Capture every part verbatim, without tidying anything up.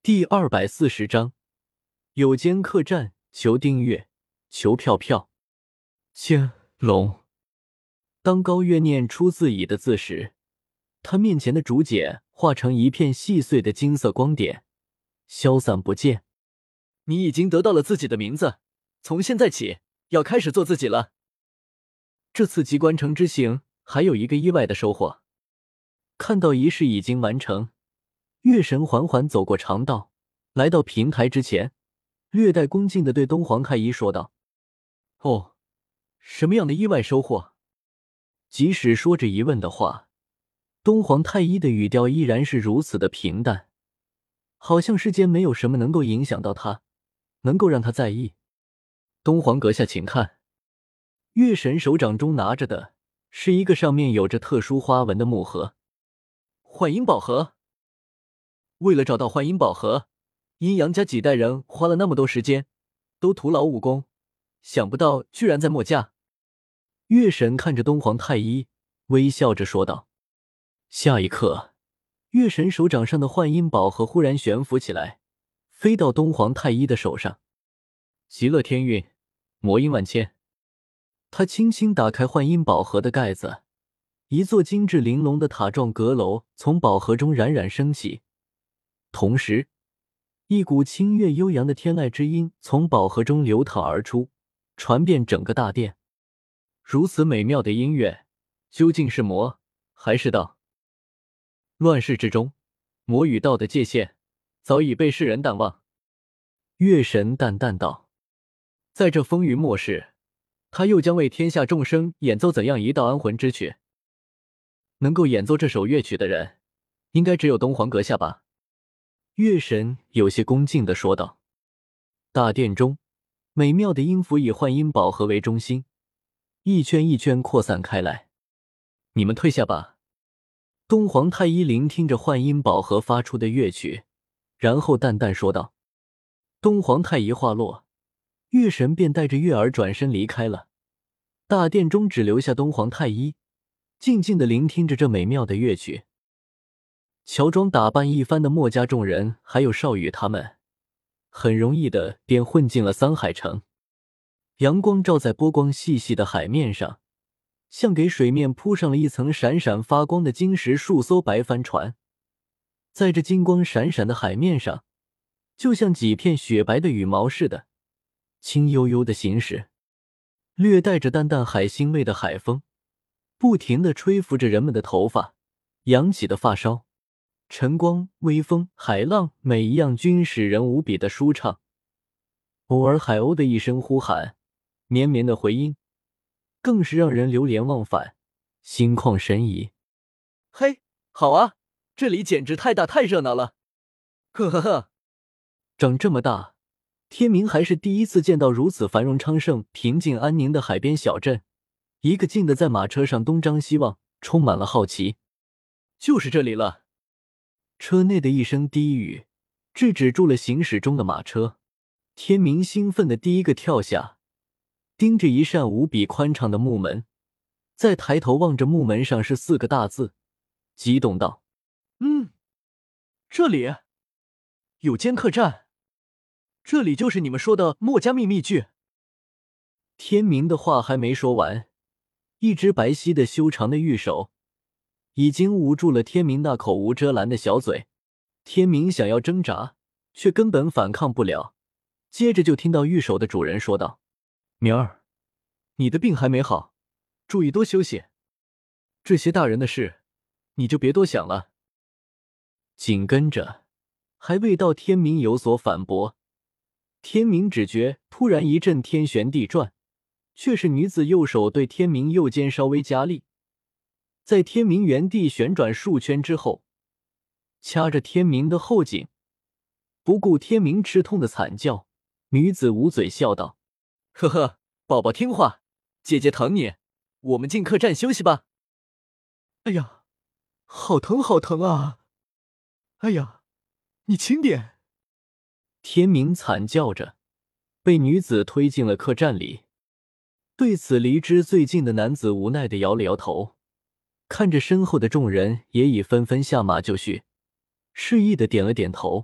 第二百四十章，有间客栈，求订阅，求票票。千龙。当高月念出自己的字时，他面前的竹简化成一片细碎的金色光点，消散不见。你已经得到了自己的名字，从现在起要开始做自己了。这次极关城之行还有一个意外的收获。看到仪式已经完成，月神缓缓走过长道，来到平台之前，略带恭敬地对东皇太一说道：哦，什么样的意外收获？即使说着疑问的话，东皇太一的语调依然是如此的平淡，好像世间没有什么能够影响到他，能够让他在意。东皇阁下请看。月神手掌中拿着的是一个上面有着特殊花纹的木盒。幻音宝盒。为了找到幻音宝盒，阴阳家几代人花了那么多时间，都徒劳无功，想不到居然在墨家。月神看着东皇太一，微笑着说道。下一刻，月神手掌上的幻音宝盒忽然悬浮起来，飞到东皇太一的手上。极乐天运，魔音万千。他轻轻打开幻音宝盒的盖子，一座精致玲珑的塔状阁楼从宝盒中冉冉升起，同时一股清越悠扬的天籁之音从宝盒中流淌而出，传遍整个大殿。如此美妙的音乐，究竟是魔还是道？乱世之中，魔与道的界限早已被世人淡忘。月神淡淡道。在这风云末世，他又将为天下众生演奏怎样一道安魂之曲？能够演奏这首乐曲的人，应该只有东皇阁下吧？月神有些恭敬地说道。大殿中，美妙的音符以幻音宝盒为中心，一圈一圈扩散开来。你们退下吧。东皇太一聆听着幻音宝盒发出的乐曲，然后淡淡说道。东皇太一话落，月神便带着月儿转身离开了。大殿中只留下东皇太一，静静地聆听着这美妙的乐曲。乔装打扮一番的墨家众人还有少羽他们，很容易的便混进了桑海城。阳光照在波光细细的海面上，像给水面铺上了一层闪闪发光的晶石。数艘白帆船在这金光闪闪的海面上，就像几片雪白的羽毛似的，轻悠悠的行驶。略带着淡淡海腥味的海风不停地吹拂着人们的头发，扬起的发梢。晨光、微风、海浪，每一样均使人无比的舒畅。偶尔海鸥的一声呼喊，绵绵的回音，更是让人流连忘返，心旷神怡。嘿，好啊，这里简直太大太热闹了。呵呵呵。长这么大，天明还是第一次见到如此繁荣昌盛、平静安宁的海边小镇。一个劲的在马车上东张西望，充满了好奇。就是这里了。车内的一声低语制止住了行驶中的马车。天明兴奋的第一个跳下，盯着一扇无比宽敞的木门，再抬头望着木门上是四个大字，激动道：嗯，这里有间客栈，这里就是你们说的墨家秘密剧。天明的话还没说完，一只白皙的修长的玉手已经捂住了天明那口无遮拦的小嘴。天明想要挣扎，却根本反抗不了。接着就听到玉手的主人说道：明儿，你的病还没好，注意多休息，这些大人的事你就别多想了。紧跟着还未到天明有所反驳，天明只觉突然一阵天旋地转，却是女子右手对天明右肩稍微加力，在天明原地旋转数圈之后，掐着天明的后颈。不顾天明吃痛的惨叫，女子捂嘴笑道：呵呵，宝宝听话，姐姐疼你，我们进客栈休息吧。哎呀，好疼好疼啊！哎呀，你轻点！天明惨叫着，被女子推进了客栈里。对此离之最近的男子无奈地摇了摇头，看着身后的众人也已纷纷下马就绪，示意地点了点头，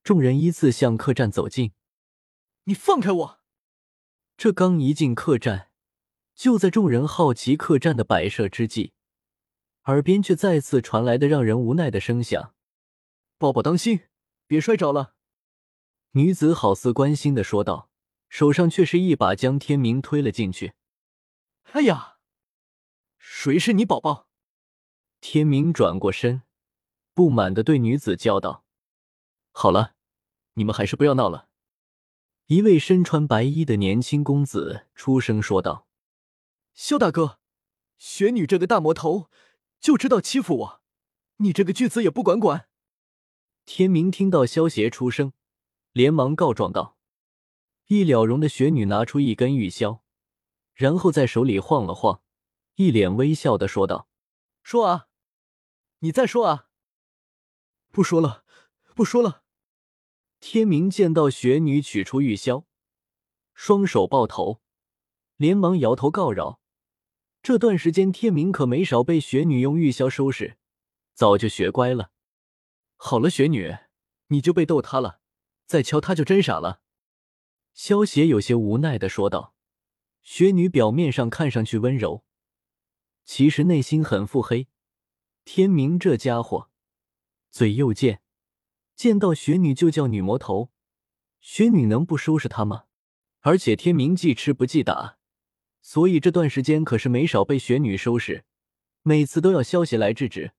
众人依次向客栈走近。 你放开我！ 这刚一进客栈，就在众人好奇客栈的摆设之际，耳边却再次传来的让人无奈的声响：“ 宝宝当心，别摔着了。” 女子好似关心的说道，手上却是一把将天明推了进去。 “哎呀，谁是你宝宝？” 天明转过身，不满地对女子叫道：“ 好了，你们还是不要闹了。” 一位身穿白衣的年轻公子出声说道：“ 萧大哥，雪女这个大魔头就知道欺负我，你这个巨子也不管管。” 天明听到萧协出声，连忙告状道。一了容的雪女拿出一根玉箫，然后在手里晃了晃，一脸微笑地说道：“ 说啊，你再说啊。”“不说了，不说了。” 天明见到雪女取出玉箫，双手抱头，连忙摇头告饶。这段时间天明可没少被雪女用玉箫收拾，早就学乖了。 “好了，雪女，你就被逗他了，再敲他就真傻了。” 萧协有些无奈地说道。雪女表面上看上去温柔，其实内心很腹黑。天明这家伙嘴又贱，见到雪女就叫女魔头，雪女能不收拾他吗？而且天明记吃不记打，所以这段时间可是没少被雪女收拾，每次都要萧协来制止。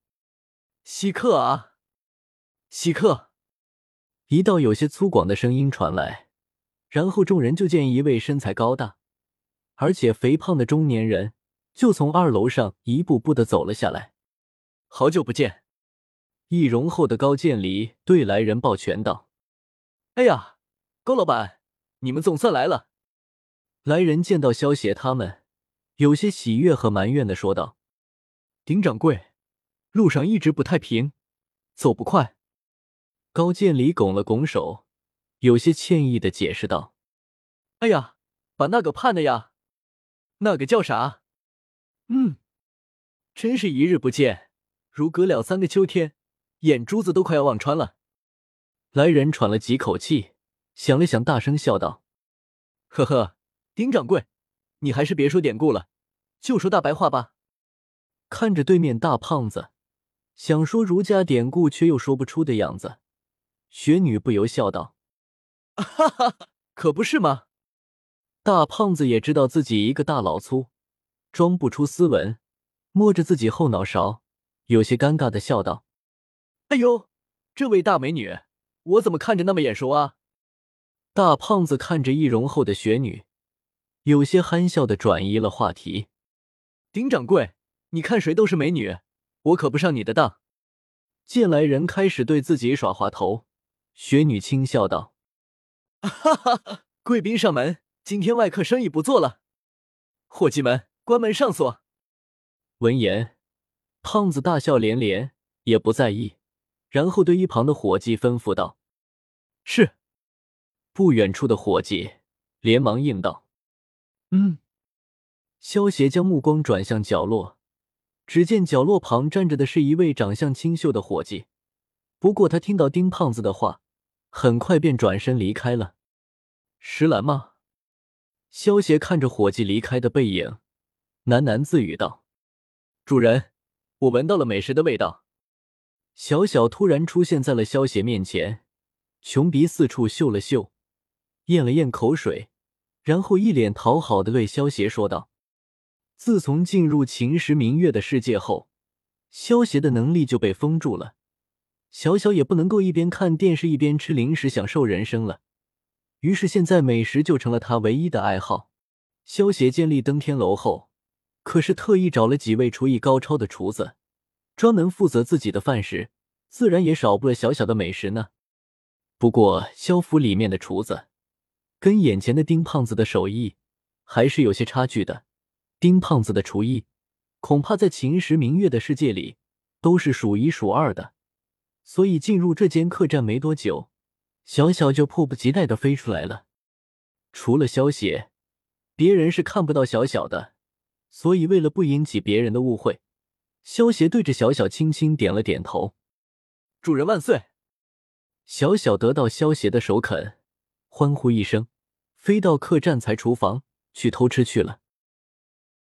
“稀客啊，稀客！” 一道有些粗犷的声音传来，然后众人就见一位身材高大而且肥胖的中年人就从二楼上一步步地走了下来。 “好久不见！” 易容后的高渐离对来人抱拳道：“ 哎呀，高老板，你们总算来了。” 来人见到萧协他们，有些喜悦和埋怨地说道：“ 丁掌柜，路上一直不太平，走不快。” 高渐离拱了拱手，有些歉意地解释道：“ 哎呀，把那个判的呀，那个叫啥？嗯，真是一日不见，如隔两三个秋天，眼珠子都快要忘穿了。” 来人喘了几口气，想了想，大声笑道：“ 呵呵，丁掌柜，你还是别说典故了，就说大白话吧。” 看着对面大胖子，想说儒家典故却又说不出的样子，雪女不由笑道：“ 哈哈哈，可不是吗？” 大胖子也知道自己一个大老粗，装不出斯文，摸着自己后脑勺，有些尴尬的笑道：“ 哎呦，这位大美女，我怎么看着那么眼熟啊？” 大胖子看着易容后的雪女，有些憨笑的转移了话题：“ 丁掌柜，你看谁都是美女，我可不上你的当。” 见来人开始对自己耍滑头，雪女轻笑道：“ 哈哈哈，贵宾上门，今天外客生意不做了，伙计们关门上锁。” 闻言，胖子大笑连连，也不在意，然后对一旁的伙计吩咐道：“ 是。” 不远处的伙计连忙应道：“ 嗯。” 萧协将目光转向角落，只见角落旁站着的是一位长相清秀的伙计，不过他听到丁胖子的话，很快便转身离开了。“石兰吗？”萧协看着伙计离开的背影，喃喃自语道：“ 主人，我闻到了美食的味道。” 小小突然出现在了萧协面前，穷鼻四处嗅了嗅，咽了咽口水，然后一脸讨好的对萧协说道：“自从进入秦时明月的世界后，萧协的能力就被封住了，小小也不能够一边看电视一边吃零食享受人生了，于是现在美食就成了他唯一的爱好。”萧协建立登天楼后，可是特意找了几位厨艺高超的厨子，专门负责自己的饭食，自然也少不了小小的美食呢。不过萧府里面的厨子跟眼前的丁胖子的手艺还是有些差距的，丁胖子的厨艺恐怕在秦时明月的世界里都是数一数二的，所以进入这间客栈没多久，小小就迫不及待地飞出来了。除了萧协，别人是看不到小小的，所以为了不引起别人的误会，萧协对着小小轻轻点了点头：“ 主人万岁。” 小小得到萧协的首肯，欢呼一声，飞到客栈财厨房去偷吃去了。